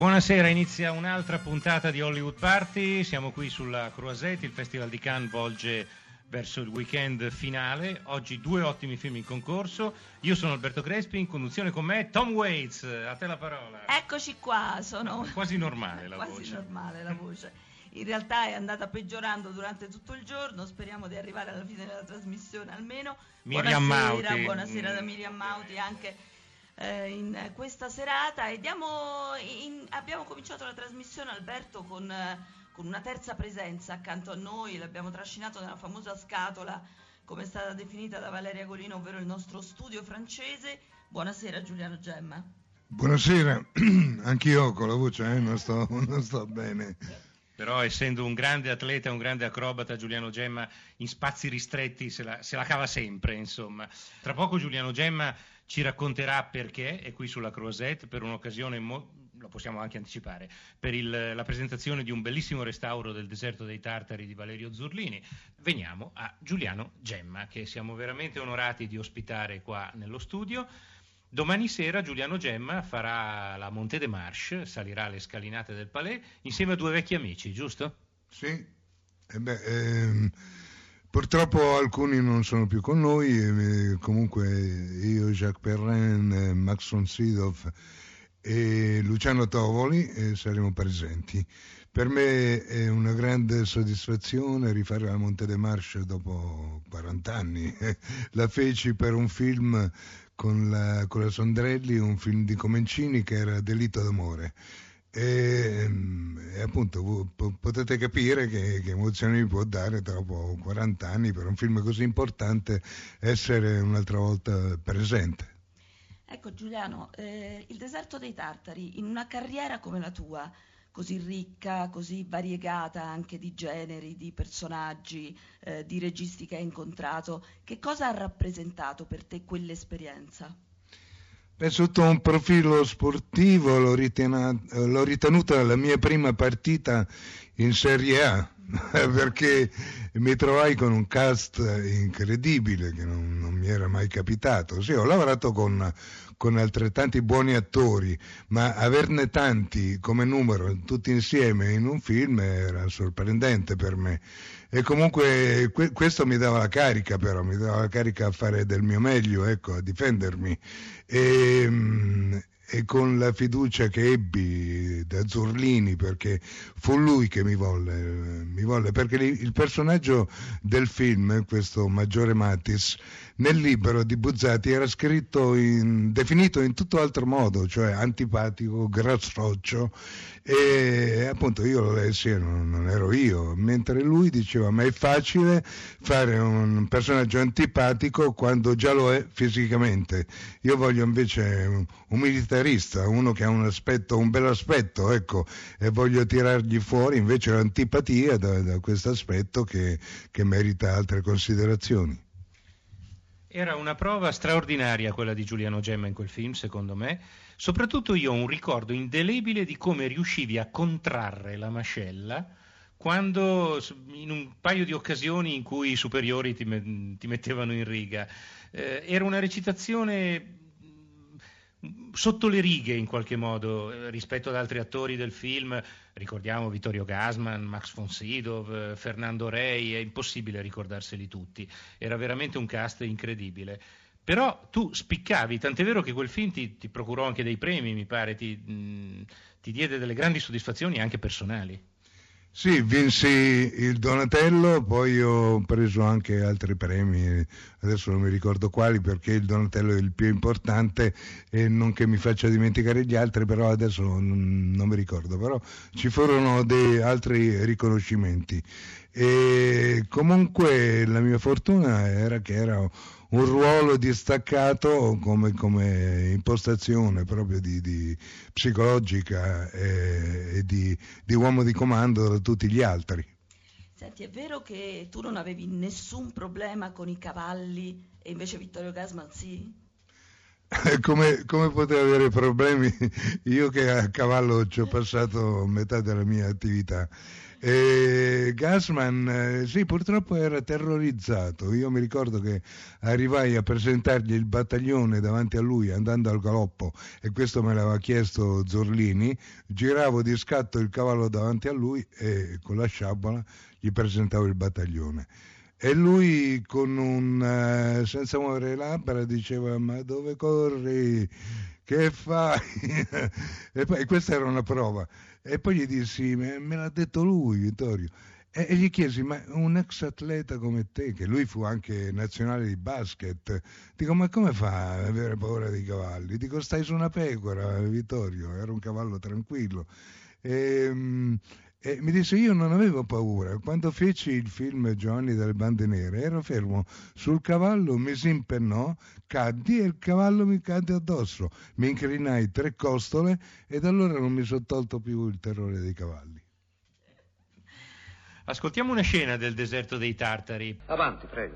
Buonasera, inizia un'altra puntata di Hollywood Party, siamo qui sulla Croisette, il Festival di Cannes volge verso il weekend finale, oggi due ottimi film in concorso, io sono Alberto Crespi, in conduzione con me Tom Waits, a te la parola. Eccoci qua, sono quasi normale la quasi voce. normale la voce. In realtà è andata peggiorando durante tutto il giorno, speriamo di arrivare alla fine della trasmissione almeno. Miriam Mauti. Buonasera da Miriam Mauti anche in questa serata e abbiamo cominciato la trasmissione, Alberto, con una terza presenza accanto a noi, l'abbiamo trascinato nella famosa scatola, come è stata definita da Valeria Golino, ovvero il nostro studio francese. Buonasera Giuliano Gemma. Buonasera, anch'io con la voce non sto bene. Però essendo un grande atleta, un grande acrobata, Giuliano Gemma in spazi ristretti se la cava sempre, insomma. Tra poco Giuliano Gemma ci racconterà perché è qui sulla Croisette per un'occasione, lo possiamo anche anticipare, per la presentazione di un bellissimo restauro del Deserto dei Tartari di Valerio Zurlini. Veniamo a Giuliano Gemma, che siamo veramente onorati di ospitare qua nello studio. Domani sera Giuliano Gemma farà la Montée des Marches, salirà le scalinate del Palais insieme a due vecchi amici, giusto? Sì, purtroppo alcuni non sono più con noi, comunque io, Jacques Perrin, Max von Sydow e Luciano Tovoli saremo presenti. Per me è una grande soddisfazione rifare la Montée des Marches dopo 40 anni. La feci per un film con la Sondrelli, un film di Comencini che era Delitto d'amore. E appunto potete capire che emozioni mi può dare dopo 40 anni per un film così importante essere un'altra volta presente. Ecco Giuliano, il Deserto dei Tartari, in una carriera come la tua, così ricca, così variegata anche di generi, di personaggi, di registi che hai incontrato, che cosa ha rappresentato per te quell'esperienza? Sotto un profilo sportivo l'ho ritenuta la mia prima partita in Serie A, perché mi trovai con un cast incredibile che non mi era mai capitato. Sì, ho lavorato con altrettanti buoni attori, ma averne tanti come numero, tutti insieme in un film, era sorprendente per me. E comunque questo mi dava la carica, però mi dava la carica a fare del mio meglio, ecco, a difendermi. E con la fiducia che ebbi da Zurlini, perché fu lui che mi volle, perché il personaggio del film, questo Maggiore Matis, nel libro di Buzzati era definito in tutto altro modo, cioè antipatico, grassoccio, e appunto io lo lessi e non ero io, mentre lui diceva ma è facile fare un personaggio antipatico quando già lo è fisicamente. Io voglio invece un militarista, uno che ha un bel aspetto, ecco, e voglio tirargli fuori invece l'antipatia da questo aspetto che merita altre considerazioni. Era una prova straordinaria quella di Giuliano Gemma in quel film, secondo me. Soprattutto io ho un ricordo indelebile di come riuscivi a contrarre la mascella quando, in un paio di occasioni in cui i superiori ti mettevano in riga. Era una recitazione sotto le righe in qualche modo rispetto ad altri attori del film. Ricordiamo Vittorio Gassman, Max von Sydow, Fernando Rey, è impossibile ricordarseli tutti, era veramente un cast incredibile. Però tu spiccavi, tant'è vero che quel film ti procurò anche dei premi, mi pare, ti diede delle grandi soddisfazioni anche personali. Sì, vinsi il Donatello, poi ho preso anche altri premi, adesso non mi ricordo quali perché il Donatello è il più importante e non che mi faccia dimenticare gli altri, però adesso non mi ricordo, però ci furono altri riconoscimenti. E comunque la mia fortuna era che era un ruolo distaccato come impostazione proprio di psicologica e di uomo di comando da tutti gli altri. Senti, è vero che tu non avevi nessun problema con i cavalli e invece Vittorio Gassman sì? Come potevo avere problemi io che a cavallo ci ho passato metà della mia attività. E Gassman, sì, purtroppo era terrorizzato. Io mi ricordo che arrivai a presentargli il battaglione davanti a lui andando al galoppo, e questo me l'aveva chiesto Zorlini. Giravo di scatto il cavallo davanti a lui e con la sciabola gli presentavo il battaglione. E lui senza muovere le labbra diceva: ma dove corri? Che fai? E poi questa era una prova. E poi gli dissi: me l'ha detto lui, Vittorio. E gli chiesi: ma un ex atleta come te, che lui fu anche nazionale di basket, dico: ma come fa ad avere paura dei cavalli? Dico: stai su una pecora, Vittorio. Era un cavallo tranquillo. E mi disse: io non avevo paura. Quando feci il film Giovanni delle bande nere ero fermo sul cavallo, mi si impennò, caddi e il cavallo mi cadde addosso. Mi inclinai 3 costole e da allora non mi sono tolto più il terrore dei cavalli. Ascoltiamo una scena del deserto dei Tartari. Avanti, prego.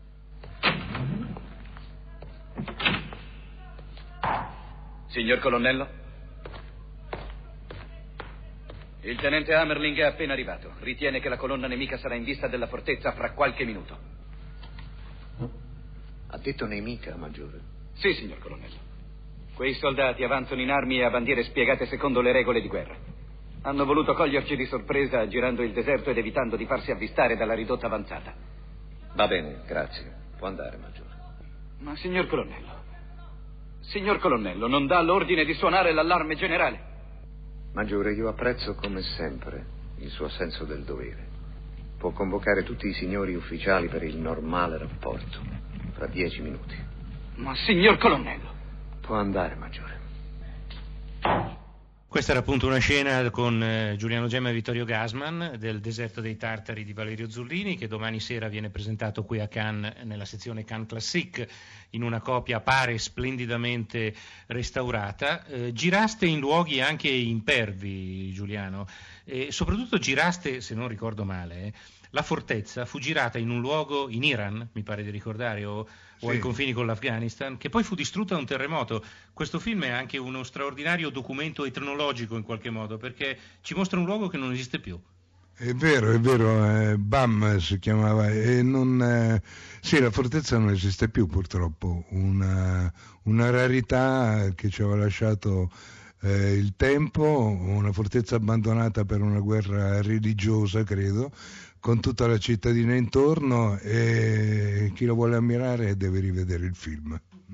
Signor colonnello? Il tenente Hammerling è appena arrivato. Ritiene che la colonna nemica sarà in vista della fortezza fra qualche minuto. Ha detto nemica, maggiore? Sì, signor colonnello. Quei soldati avanzano in armi e a bandiere spiegate secondo le regole di guerra. Hanno voluto coglierci di sorpresa girando il deserto ed evitando di farsi avvistare dalla ridotta avanzata. Va bene, grazie. Può andare, maggiore. Ma signor colonnello, non dà l'ordine di suonare l'allarme generale? Maggiore, io apprezzo come sempre il suo senso del dovere. Può convocare tutti i signori ufficiali per il normale rapporto, fra 10 minuti. Ma signor colonnello... Può andare, maggiore. Questa era appunto una scena con Giuliano Gemma e Vittorio Gassman del Deserto dei Tartari di Valerio Zurlini, che domani sera viene presentato qui a Cannes nella sezione Cannes Classique in una copia pare splendidamente restaurata. Giraste in luoghi anche impervi, Giuliano, e soprattutto giraste, se non ricordo male, la fortezza fu girata in un luogo in Iran, mi pare di ricordare, o ai confini con l'Afghanistan, che poi fu distrutta da un terremoto. Questo film è anche uno straordinario documento etnologico in qualche modo, perché ci mostra un luogo che non esiste più. È vero, BAM si chiamava, e sì, la fortezza non esiste più purtroppo, una rarità che ci aveva lasciato il tempo, una fortezza abbandonata per una guerra religiosa, credo, con tutta la cittadina intorno, e chi lo vuole ammirare deve rivedere il film.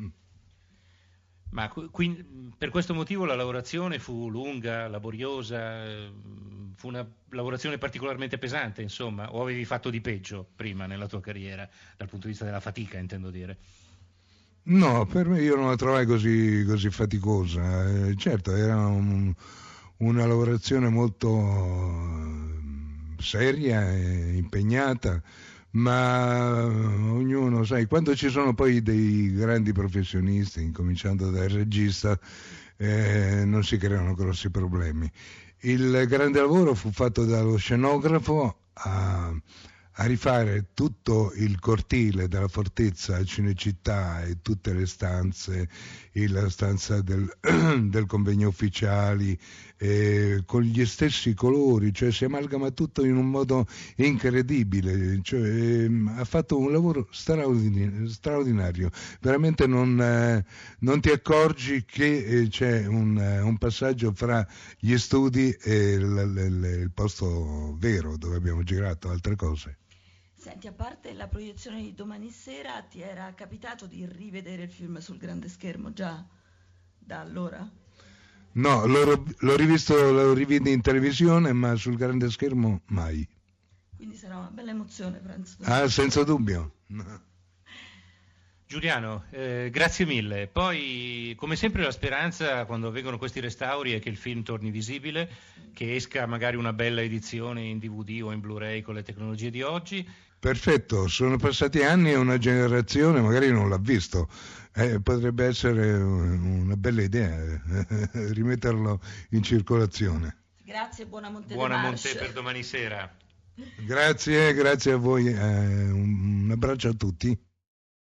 Ma per questo motivo la lavorazione fu lunga, laboriosa, fu una lavorazione particolarmente pesante, insomma, o avevi fatto di peggio prima nella tua carriera, dal punto di vista della fatica, intendo dire? No, per me io non la trovai così faticosa. Certo, era una lavorazione molto seria e impegnata, ma ognuno, sai, quando ci sono poi dei grandi professionisti, incominciando dal regista, non si creano grossi problemi. Il grande lavoro fu fatto dallo scenografo a rifare tutto il cortile della fortezza a Cinecittà e tutte le stanze, la stanza del convegno ufficiali, con gli stessi colori, cioè si amalgama tutto in un modo incredibile, cioè, ha fatto un lavoro straordinario, veramente non ti accorgi che c'è un passaggio fra gli studi e il posto vero dove abbiamo girato altre cose. Senti, a parte la proiezione di domani sera, ti era capitato di rivedere il film sul grande schermo già da allora? No, l'ho rividi in televisione, ma sul grande schermo mai. Quindi sarà una bella emozione, penso. Ah, senza dubbio. Giuliano, grazie mille. Poi, come sempre, la speranza quando avvengono questi restauri è che il film torni visibile, che esca magari una bella edizione in DVD o in Blu-ray con le tecnologie di oggi. Perfetto, sono passati anni e una generazione magari non l'ha visto. Potrebbe essere una bella idea rimetterlo in circolazione. Grazie, buona Monte Buona Monte per domani sera. Grazie a voi, un abbraccio a tutti.